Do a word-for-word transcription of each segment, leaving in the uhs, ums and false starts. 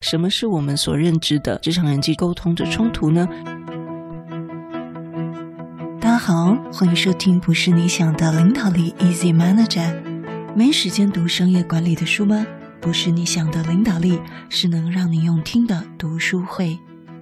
什么是我们所认知的职场人际沟通的冲突呢？ 大家好，欢迎收听不是你想的领导力 Easy Manager。 没时间读商业管理的书吗？不是你想的领导力，是能让你用听的读书会。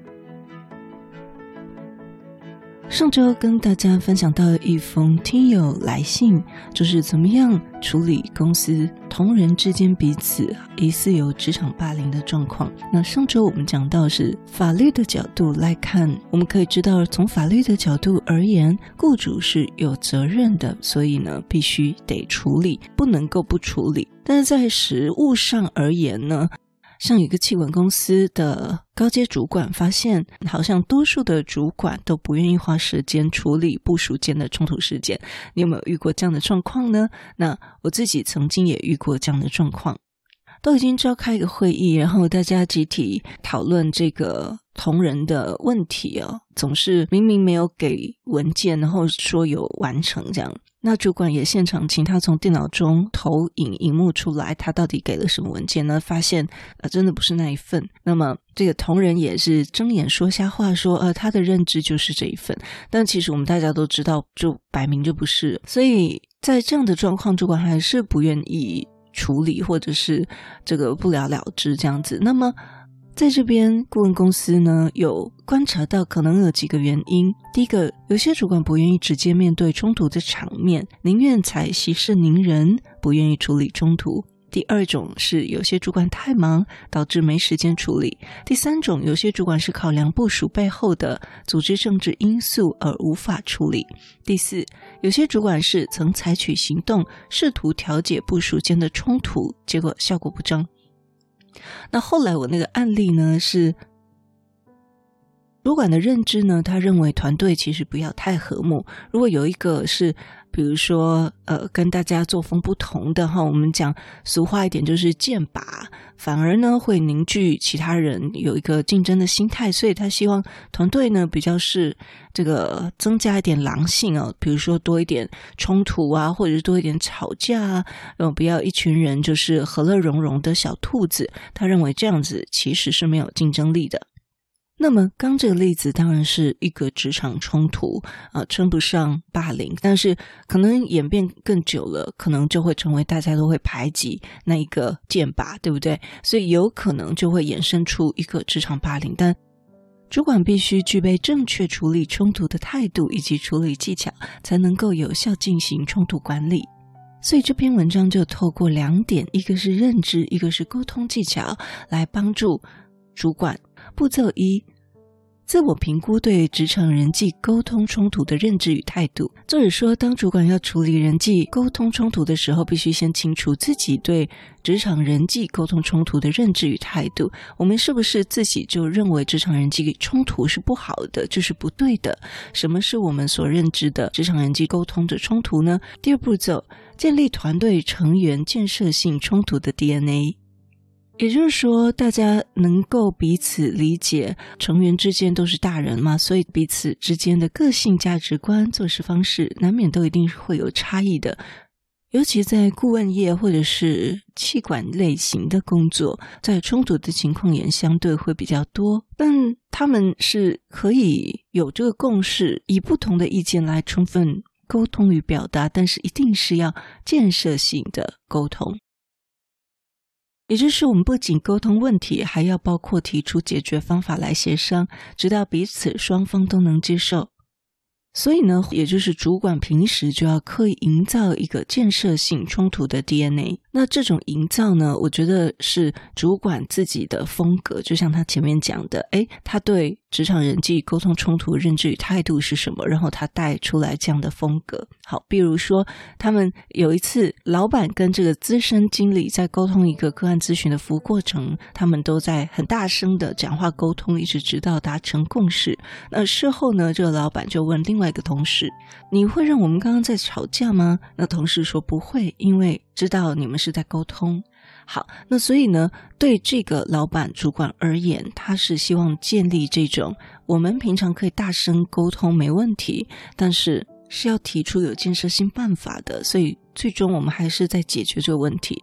上周跟大家分享到一封听友来信，就是怎么样处理公司同仁之间彼此疑似有职场霸凌的状况。那上周我们讲到是法律的角度来看，我们可以知道从法律的角度而言，雇主是有责任的，所以呢必须得处理，不能够不处理。但是在实务上而言呢，像一个企管公司的高阶主管发现，好像多数的主管都不愿意花时间处理部属间的冲突事件。你有没有遇过这样的状况呢？那我自己曾经也遇过这样的状况。都已经召开一个会议，然后大家集体讨论这个同仁的问题哦，总是明明没有给文件，然后说有完成这样。那主管也现场请他从电脑中投影荧幕出来，他到底给了什么文件呢？发现呃真的不是那一份。那么这个同仁也是睁眼说瞎话，说呃他的认知就是这一份，但其实我们大家都知道，就摆明就不是。所以在这样的状况，主管还是不愿意处理，或者是这个不了了之这样子。那么在这边顾问公司呢，有观察到可能有几个原因。第一个，有些主管不愿意直接面对冲突的场面，宁愿采息事宁人，不愿意处理冲突。第二种是有些主管太忙，导致没时间处理。第三种，有些主管是考量部属背后的组织政治因素而无法处理。第四，有些主管是曾采取行动，试图调解部属间的冲突，结果效果不彰。那后来我那个案例呢，是主管的认知呢，他认为团队其实不要太和睦。如果有一个是比如说呃，跟大家作风不同的哈，我们讲俗话一点就是剑拔，反而呢会凝聚其他人有一个竞争的心态，所以他希望团队呢比较是这个增加一点狼性哦，比如说多一点冲突啊，或者是多一点吵架啊，呃，不要一群人就是和乐融融的小兔子。他认为这样子其实是没有竞争力的。那么刚这个例子当然是一个职场冲突啊、呃，称不上霸凌，但是可能演变更久了，可能就会成为大家都会排挤那一个剑拔，对不对？所以有可能就会衍生出一个职场霸凌。但主管必须具备正确处理冲突的态度以及处理技巧，才能够有效进行冲突管理。所以这篇文章就透过两点，一个是认知，一个是沟通技巧，来帮助主管。步骤一，自我评估对职场人际沟通冲突的认知与态度。作者说，当主管要处理人际沟通冲突的时候，必须先清楚自己对职场人际沟通冲突的认知与态度。我们是不是自己就认为职场人际冲突是不好的，就是不对的？什么是我们所认知的职场人际沟通的冲突呢？第二步骤，建立团队成员建设性冲突的 D N A。也就是说，大家能够彼此理解，成员之间都是大人嘛，所以彼此之间的个性、价值观、做事方式难免都一定会有差异的。尤其在顾问业或者是企管类型的工作，在冲突的情况也相对会比较多，但他们是可以有这个共识，以不同的意见来充分沟通与表达，但是一定是要建设性的沟通。也就是我们不仅沟通问题，还要包括提出解决方法来协商，直到彼此双方都能接受。所以呢，也就是主管平时就要刻意营造一个建设性冲突的 D N A。 那这种营造呢，我觉得是主管自己的风格，就像他前面讲的，诶，他对职场人际沟通冲突认知与态度是什么，然后他带出来这样的风格。好，比如说他们有一次老板跟这个资深经理在沟通一个个案咨询的服务过程，他们都在很大声的讲话沟通，一直直到达成共识。那事后呢，这个老板就问另外一个同事，你会让我们刚刚在吵架吗？那同事说不会，因为知道你们是在沟通。好，那所以呢，对这个老板主管而言，他是希望建立这种我们平常可以大声沟通没问题，但是是要提出有建设性办法的，所以最终我们还是在解决这个问题。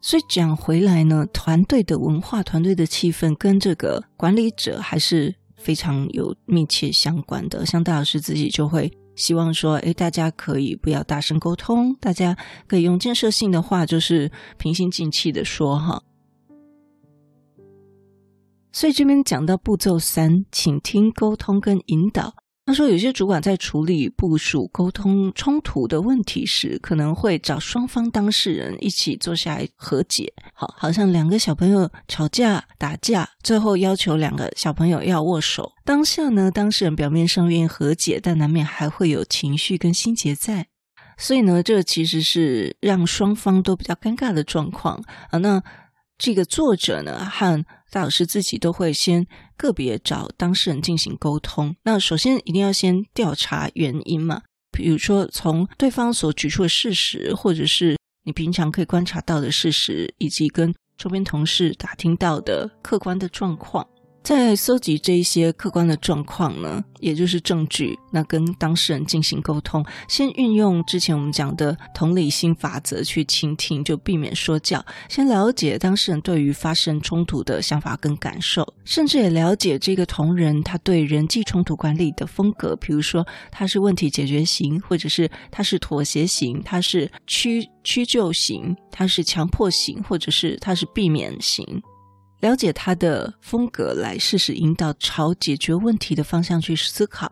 所以讲回来呢，团队的文化、团队的气氛跟这个管理者还是非常有密切相关的。像戴老师自己就会希望说，诶，大家可以不要大声沟通，大家可以用建设性的话，就是平心静气的说哈。所以这边讲到步骤三，倾听、沟通跟引导。他说有些主管在处理部属沟通冲突的问题时，可能会找双方当事人一起坐下来和解。好，好像两个小朋友吵架打架，最后要求两个小朋友要握手。当下呢，当事人表面上愿意和解，但难免还会有情绪跟心结在。所以呢，这其实是让双方都比较尴尬的状况啊。那这个作者呢和戴老师自己都会先个别找当事人进行沟通。那首先一定要先调查原因嘛，比如说从对方所举出的事实，或者是你平常可以观察到的事实，以及跟周边同事打听到的客观的状况。在搜集这一些客观的状况呢，也就是证据，那跟当事人进行沟通，先运用之前我们讲的同理心法则去倾听，就避免说教，先了解当事人对于发生冲突的想法跟感受，甚至也了解这个同仁他对人际冲突管理的风格，比如说他是问题解决型，或者是他是妥协型，他是屈屈就型，他是强迫型，或者是他是避免型。了解他的风格，来适时引导朝解决问题的方向去思考。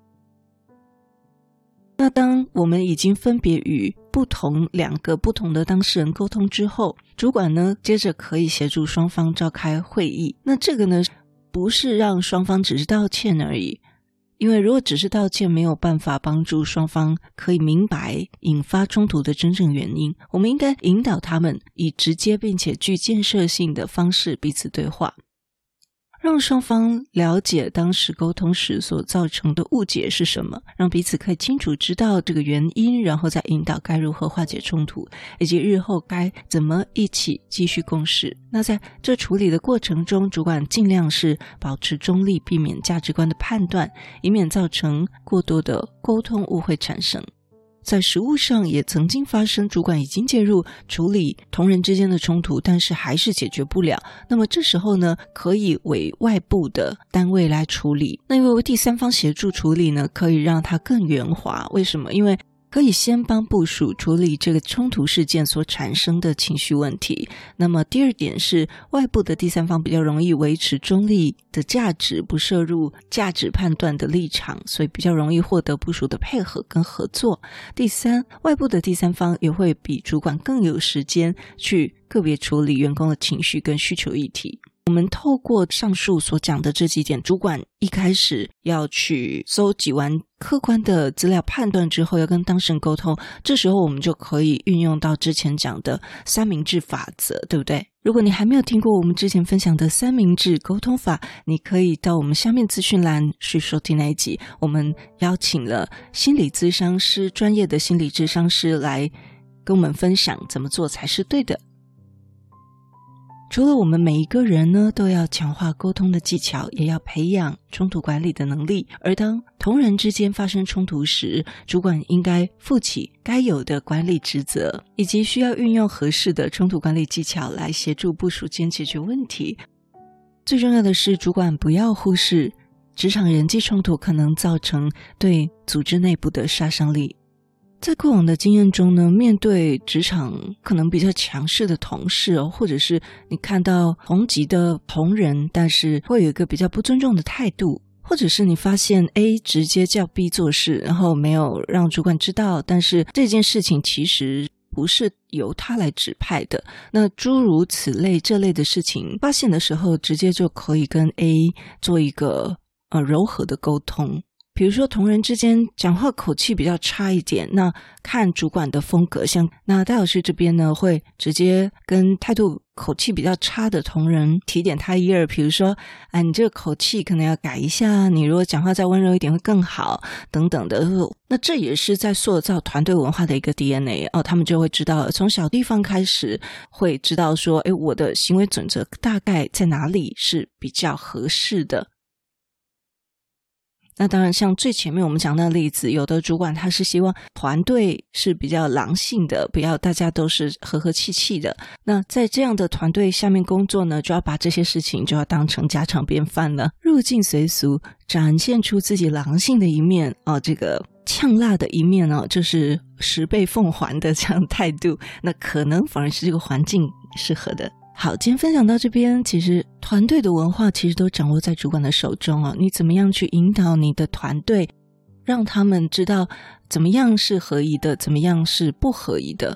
那当我们已经分别与不同两个不同的当事人沟通之后，主管呢接着可以协助双方召开会议。那这个呢不是让双方只是道歉而已，因为如果只是道歉没有办法帮助双方可以明白引发冲突的真正原因，我们应该引导他们以直接并且具建设性的方式彼此对话，让双方了解当时沟通时所造成的误解是什么，让彼此可以清楚知道这个原因，然后再引导该如何化解冲突，以及日后该怎么一起继续共事。那在这处理的过程中，主管尽量是保持中立，避免价值观的判断，以免造成过多的沟通误会产生。在实务上也曾经发生主管已经介入处理同仁之间的冲突，但是还是解决不了，那么这时候呢可以委外部的单位来处理。那因为第三方协助处理呢可以让它更圆滑，为什么？因为可以先帮部属处理这个冲突事件所产生的情绪问题。那么第二点是外部的第三方比较容易维持中立的价值，不涉入价值判断的立场，所以比较容易获得部属的配合跟合作。第三，外部的第三方也会比主管更有时间去个别处理员工的情绪跟需求议题。我们透过上述所讲的这几点，主管一开始要去搜集完客观的资料判断之后，要跟当事人沟通，这时候我们就可以运用到之前讲的三明治法则，对不对？如果你还没有听过我们之前分享的三明治沟通法，你可以到我们下面资讯栏去收听那一集，我们邀请了心理咨商师，专业的心理咨商师来跟我们分享怎么做才是对的。除了我们每一个人呢都要强化沟通的技巧，也要培养冲突管理的能力，而当同仁之间发生冲突时，主管应该负起该有的管理职责，以及需要运用合适的冲突管理技巧来协助部属间解决问题。最重要的是，主管不要忽视职场人际冲突可能造成对组织内部的杀伤力。在过往的经验中呢，面对职场可能比较强势的同事哦，或者是你看到同级的同仁，但是会有一个比较不尊重的态度，或者是你发现 A 直接叫 B 做事，然后没有让主管知道，但是这件事情其实不是由他来指派的，那诸如此类这类的事情发现的时候，直接就可以跟 A 做一个呃柔和的沟通。比如说同仁之间讲话口气比较差一点，那看主管的风格，像那戴老师这边呢会直接跟态度口气比较差的同仁提点他一二，比如说啊，你这个口气可能要改一下，你如果讲话再温柔一点会更好等等的。那这也是在塑造团队文化的一个 D N A 哦，他们就会知道从小地方开始会知道说，诶，我的行为准则大概在哪里是比较合适的。 那当然像最前面我们讲的例子，有的主管他是希望团队是比较狼性的，不要大家都是和和气气的，那在这样的团队下面工作呢，就要把这些事情就要当成家常便饭了，入境随俗，展现出自己狼性的一面哦，这个呛辣的一面哦，就是十倍奉还的这样态度，那可能反而是这个环境适合的。好，今天分享到这边，其实团队的文化其实都掌握在主管的手中哦，你怎么样去引导你的团队，让他们知道怎么样是合宜的，怎么样是不合宜的。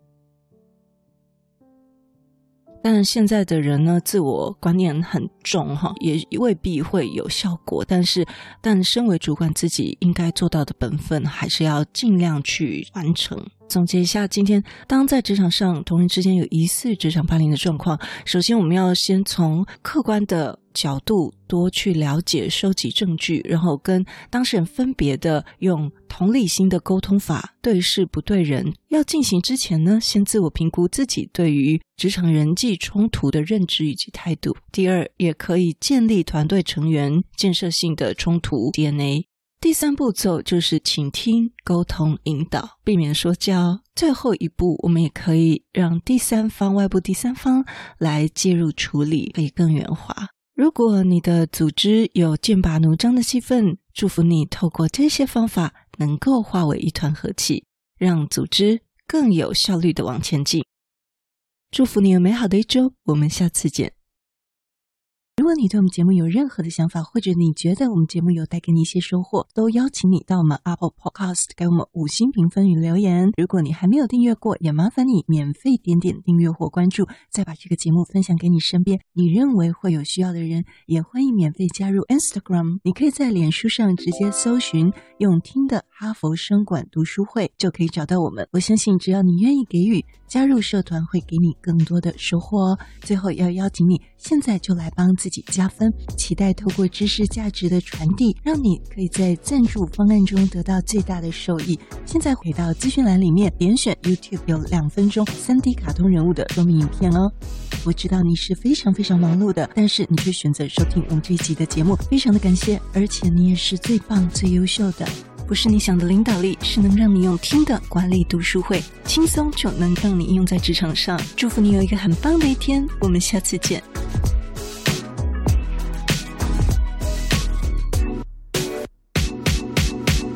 但现在的人呢，自我观念很重哈，也未必会有效果，但是但身为主管自己应该做到的本分还是要尽量去完成。总结一下，今天当在职场上同仁之间有疑似职场霸凌的状况，首先我们要先从客观的角度多去了解收集证据，然后跟当事人分别的用同理心的沟通法对事不对人。要进行之前呢，先自我评估自己对于职场人际冲突的认知以及态度。第二，也可以建立团队成员建设性的冲突 D N A。第三步骤就是倾听、沟通、引导，避免说教。最后一步，我们也可以让第三方、外部第三方来介入处理，可以更圆滑。如果你的组织有剑拔弩张的气氛，祝福你透过这些方法能够化为一团和气，让组织更有效率的往前进。祝福你有美好的一周，我们下次见。 如果你对我们节目有任何的想法，或者你觉得我们节目有带给你一些收获，都邀请你到我们 Apple Podcast 给我们五星评分与留言。如果你还没有订阅过，也麻烦你免费点点订阅或关注，再把这个节目分享给你身边你认为会有需要的人。也欢迎免费加入 Instagram， 你可以在脸书上直接搜寻用听的哈佛商管读书会，就可以找到我们。我相信只要你愿意给予，加入社团会给你更多的收获哦。最后要邀请你现在就来帮自己加分，期待透过知识价值的传递，让你可以在赞助方案中得到最大的受益。现在回到资讯栏里面，点选 YouTube 有两分钟 三 D 卡通人物的说明影片哦。我知道你是非常非常忙碌的，但是你却选择收听我们这一集的节目，非常的感谢，而且你也是最棒最优秀的。不是你想的领导力，是能让你用听的管理读书会，轻松就能让你应用在职场上。祝福你有一个很棒的一天，我们下次见。